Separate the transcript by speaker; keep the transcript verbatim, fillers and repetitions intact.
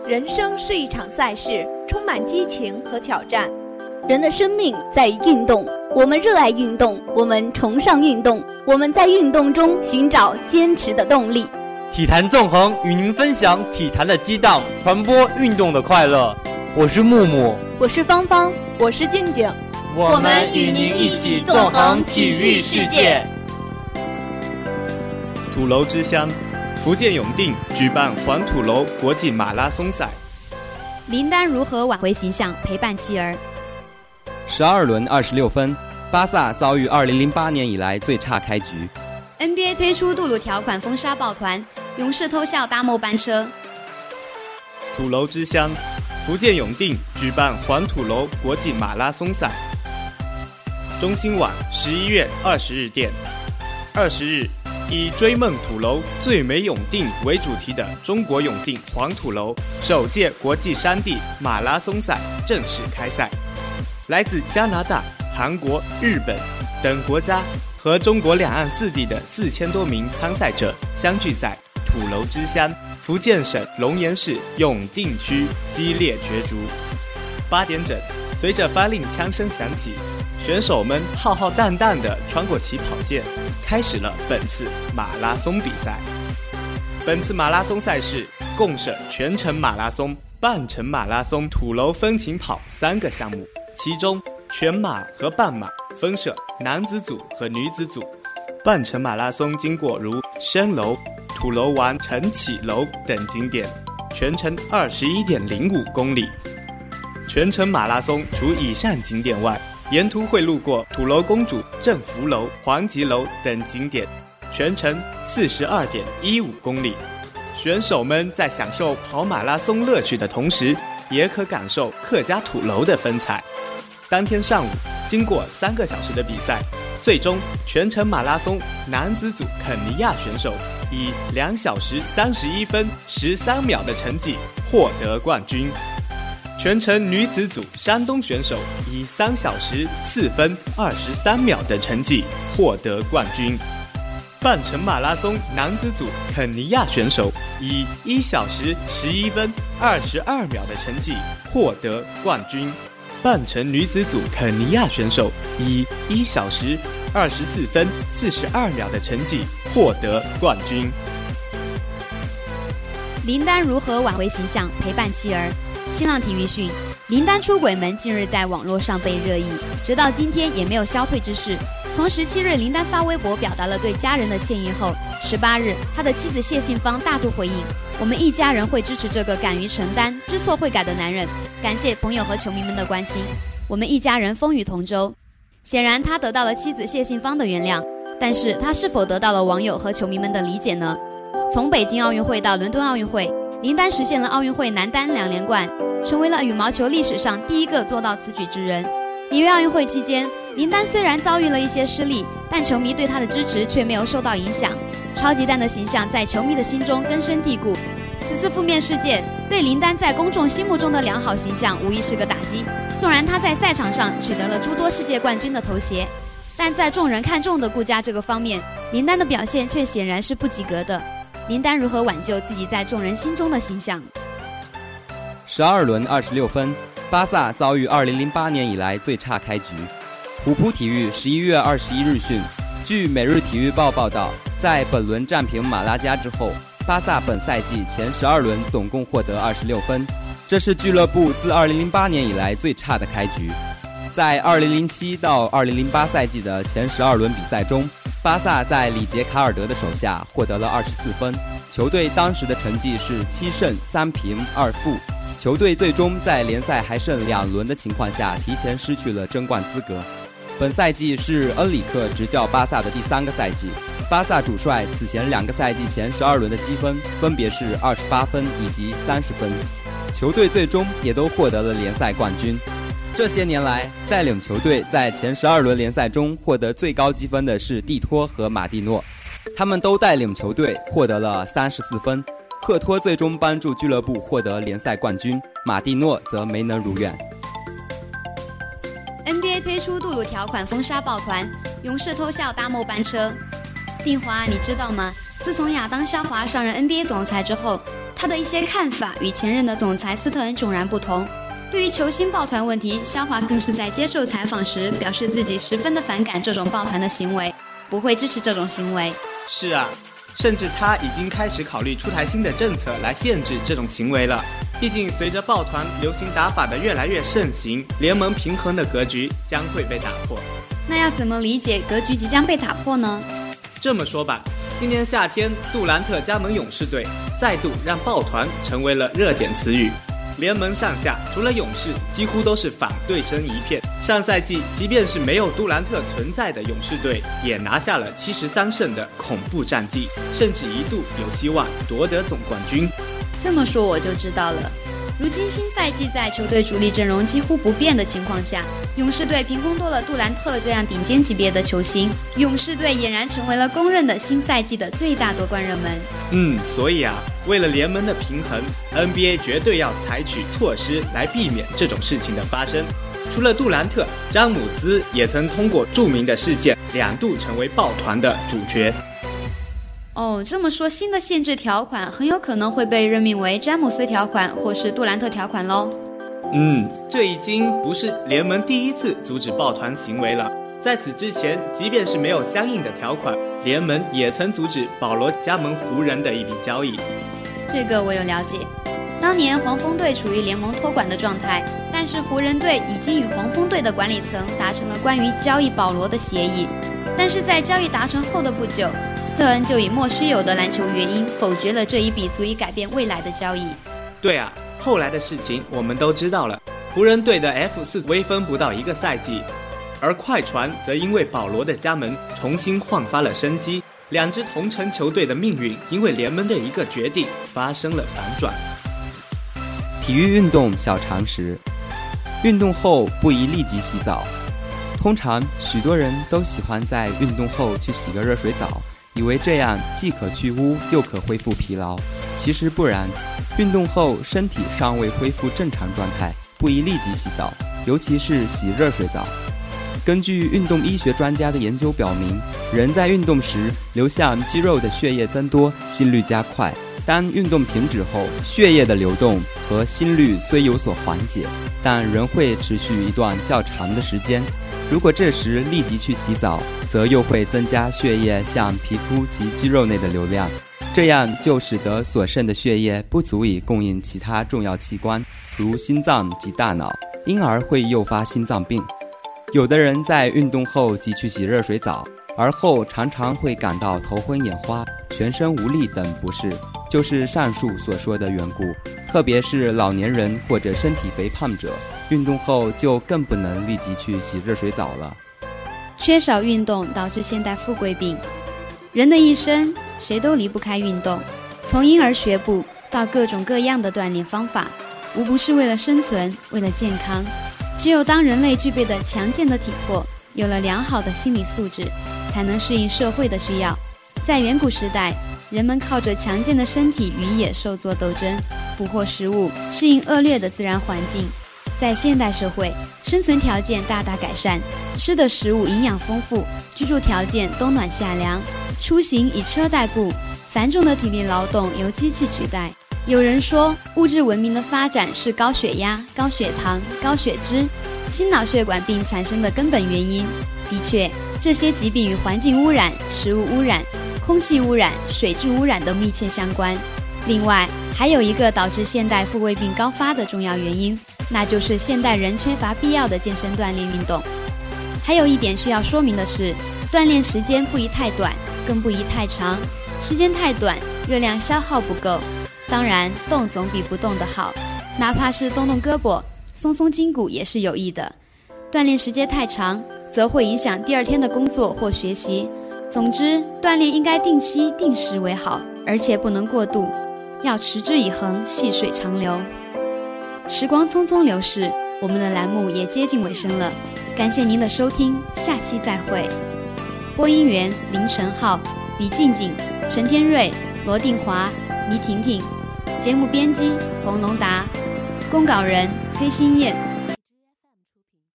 Speaker 1: 人生是一场赛事，充满激情和挑战。
Speaker 2: 人的生命在于运动，我们热爱运动，我们崇尚运动，我们在运动中寻找坚持的动力。
Speaker 3: 体坛纵横与您分享体坛的激荡，传播运动的快乐。我是木木，
Speaker 2: 我是芳芳，
Speaker 1: 我是静静，
Speaker 4: 我们与您一起纵横体育世界。
Speaker 5: 土楼之乡，福建永定举办环土楼国际马拉松赛。
Speaker 6: 林丹如何挽回形象，陪伴妻儿？
Speaker 7: 十二轮二十六分，巴萨遭遇二零零八年以来最差开局。
Speaker 6: N B A 推出杜鲁条款封杀抱团，勇士偷笑搭末班车。
Speaker 5: 土楼之乡，福建永定举办环土楼国际马拉松赛。中新网十一月二十日电，二十日以追梦土楼最美永定为主题的中国永定环土楼首届国际山地马拉松赛正式开赛。来自加拿大、韩国、日本等国家和中国两岸四地的四千多名参赛者相聚在土楼之乡，福建省龙岩市永定区激烈角逐。八点整，随着发令枪声响起，选手们浩浩荡荡地穿过起跑线，开始了本次马拉松比赛。本次马拉松赛事共设全程马拉松、半程马拉松、土楼分勤跑三个项目，其中全马和半马分设男子组和女子组。半程马拉松经过如深楼、土楼湾、晨起楼等景点，全程 二十一点零五公里。全程马拉松除以上景点外，沿途会路过土楼公主、正福楼、黄吉楼等景点，全程 四十二点一五公里。选手们在享受跑马拉松乐趣的同时，也可感受客家土楼的风采。当天上午，经过三个小时的比赛，最终全程马拉松男子组肯尼亚选手以两小时三十一分十三秒的成绩获得冠军。全程女子组山东选手以三小时四分二十三秒的成绩获得冠军。半程马拉松男子组肯尼亚选手以一小时十一分二十二秒的成绩获得冠军。半程女子组肯尼亚选手以一小时二十四分四十二秒的成绩获得冠军。
Speaker 6: 林丹如何挽回形象，陪伴妻儿？新浪体育讯，林丹出轨门近日在网络上被热议，直到今天也没有消退之势。从十七日林丹发微博表达了对家人的歉意后，十八日他的妻子谢杏芳大度回应：我们一家人会支持这个敢于承担、知错会改的男人，感谢朋友和球迷们的关心，我们一家人风雨同舟。显然他得到了妻子谢杏芳的原谅，但是他是否得到了网友和球迷们的理解呢？从北京奥运会到伦敦奥运会，林丹实现了奥运会男单两连冠，成为了羽毛球历史上第一个做到此举之人。里约奥运会期间，林丹虽然遭遇了一些失利，但球迷对他的支持却没有受到影响。超级蛋的形象在球迷的心中根深蒂固。此次负面事件对林丹在公众心目中的良好形象无疑是个打击。纵然他在赛场上取得了诸多世界冠军的头衔，但在众人看重的顾家这个方面，林丹的表现却显然是不及格的。林丹如何挽救自己在众人心中的形象？
Speaker 7: 十二轮二十六分，巴萨遭遇二零零八年以来最差开局。虎扑体育十一月二十一日讯，据每日体育报报道，在本轮战平马拉加之后，巴萨本赛季前十二轮总共获得二十六分，这是俱乐部自二零零八年以来最差的开局。在二零零七到二零零八赛季的前十二轮比赛中，巴萨在里杰卡尔德的手下获得了二十四分，球队当时的成绩是七胜三平二负。球队最终在联赛还剩两轮的情况下，提前失去了争冠资格。本赛季是恩里克执教巴萨的第三个赛季，巴萨主帅此前两个赛季前十二轮的积分分别是二十八分以及三十分，球队最终也都获得了联赛冠军。这些年来，带领球队在前十二轮联赛中获得最高积分的是蒂托和马蒂诺，他们都带领球队获得了三十四分。赫托最终帮助俱乐部获得联赛冠军，马蒂诺则没能如愿。
Speaker 6: N B A 推出杜鲁条款封杀抱团，勇士偷笑搭末班车。定华，你知道吗？自从亚当·肖华上任 N B A 总裁之后， 他的一些看法与前任的总裁斯特恩迥然不同。对于球星抱团问题，肖华更是在接受采访时表示自己十分的反感这种抱团的行为，不会支持这种行为。
Speaker 5: 是啊，甚至他已经开始考虑出台新的政策来限制这种行为了。毕竟随着抱团流行打法的越来越盛行，联盟平衡的格局将会被打破。
Speaker 6: 那要怎么理解格局即将被打破呢？
Speaker 5: 这么说吧，今年夏天杜兰特加盟勇士队，再度让抱团成为了热点词语。联盟上下除了勇士，几乎都是反对声一片。上赛季即便是没有杜兰特存在的勇士队，也拿下了七十三胜的恐怖战绩，甚至一度有希望夺得总冠军。
Speaker 6: 这么说我就知道了。如今新赛季在球队主力阵容几乎不变的情况下，勇士队凭空多了杜兰特这样顶尖级别的球星，勇士队俨然成为了公认的新赛季的最大夺冠热门。
Speaker 5: 嗯，所以啊，为了联盟的平衡 ，N B A 绝对要采取措施来避免这种事情的发生。除了杜兰特，詹姆斯也曾通过著名的事件两度成为抱团的主角。
Speaker 6: 哦，这么说，新的限制条款很有可能会被任命为詹姆斯条款或是杜兰特条款咯。
Speaker 5: 嗯，这已经不是联盟第一次阻止抱团行为了。在此之前，即便是没有相应的条款，联盟也曾阻止保罗加盟湖人的一笔交易。
Speaker 6: 这个我有了解。当年黄蜂队处于联盟托管的状态，但是湖人队已经与黄蜂队的管理层达成了关于交易保罗的协议。但是在交易达成后的不久，斯特恩就以莫须有的篮球原因否决了这一笔足以改变未来的交易。
Speaker 5: 对啊，后来的事情我们都知道了。湖人队的 F 四 微分不到一个赛季，而快船则因为保罗的加盟重新焕发了生机。两支同城球队的命运因为联盟的一个决定发生了反转。
Speaker 7: 体育运动小常识：运动后不宜立即洗澡。通常许多人都喜欢在运动后去洗个热水澡，以为这样既可去污又可恢复疲劳。其实不然，运动后身体尚未恢复正常状态，不宜立即洗澡，尤其是洗热水澡。根据运动医学专家的研究表明，人在运动时流向肌肉的血液增多，心率加快。当运动停止后，血液的流动和心率虽有所缓解，但仍会持续一段较长的时间。如果这时立即去洗澡，则又会增加血液向皮肤及肌肉内的流量，这样就使得所剩的血液不足以供应其他重要器官，如心脏及大脑，因而会诱发心脏病。有的人在运动后即去洗热水澡，而后常常会感到头昏眼花、全身无力等不适，就是上述所说的缘故。特别是老年人或者身体肥胖者，运动后就更不能立即去洗热水澡了。
Speaker 6: 缺少运动导致现代富贵病。人的一生谁都离不开运动，从婴儿学步到各种各样的锻炼方法，无不是为了生存，为了健康。只有当人类具备的强健的体魄，有了良好的心理素质，才能适应社会的需要。在远古时代，人们靠着强健的身体与野兽做斗争，捕获食物，适应恶劣的自然环境。在现代社会，生存条件大大改善，吃的食物营养丰富，居住条件冬暖夏凉，出行以车代步，繁重的体力劳动由机器取代。有人说，物质文明的发展是高血压、高血糖、高血脂、心脑血管病产生的根本原因。的确，这些疾病与环境污染、食物污染、空气污染、水质污染都密切相关。另外，还有一个导致现代富贵病高发的重要原因，那就是现代人缺乏必要的健身锻炼运动。还有一点需要说明的是，锻炼时间不宜太短，更不宜太长。时间太短，热量消耗不够。当然，动总比不动的好，哪怕是动动胳膊、松松筋骨也是有益的。锻炼时间太长，则会影响第二天的工作或学习。总之，锻炼应该定期定时为好，而且不能过度，要持之以恒，细水长流。时光匆匆流逝，我们的栏目也接近尾声了，感谢您的收听，下期再会。播音员林晨浩、李静静、陈天瑞、罗定华、倪婷婷，节目编辑冯龙达，公稿人崔新燕。